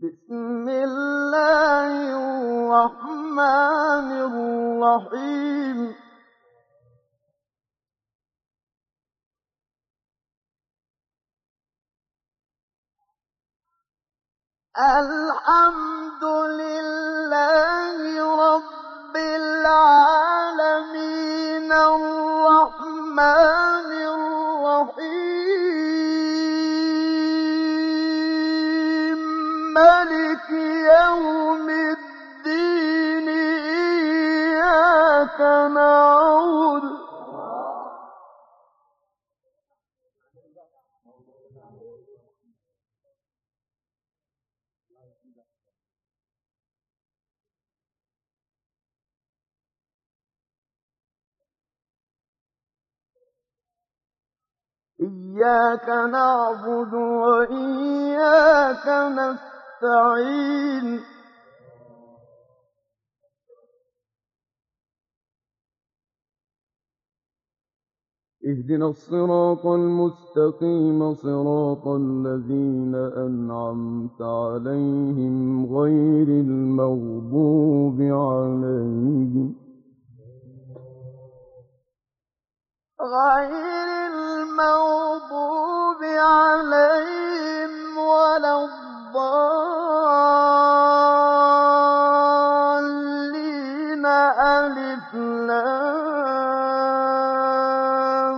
بسم الله الرحمن الرحيم. الحمد لله رب العالمين الرحمن الرحيم مالك يوم الدين إياك نعبد وإياك نستعين. اهدنا الصراط المستقيم صراط الذين أنعمت عليهم غير المغضوب عليهم ولا الضالين. ألف لام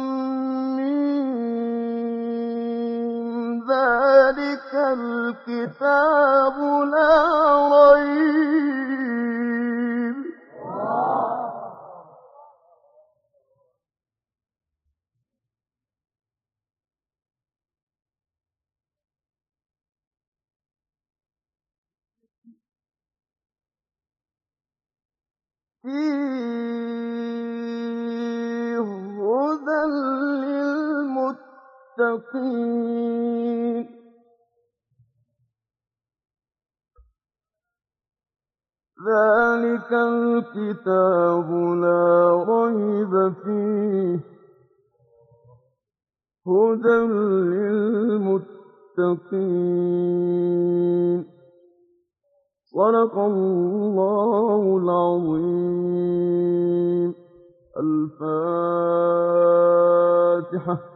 ميم. ذلك الكتاب لا ريب. فيه هدى للمتقين. ذلك الكتاب لا ريب فيه هدى للمتقين. صدق الله العظيم. الفاتحة.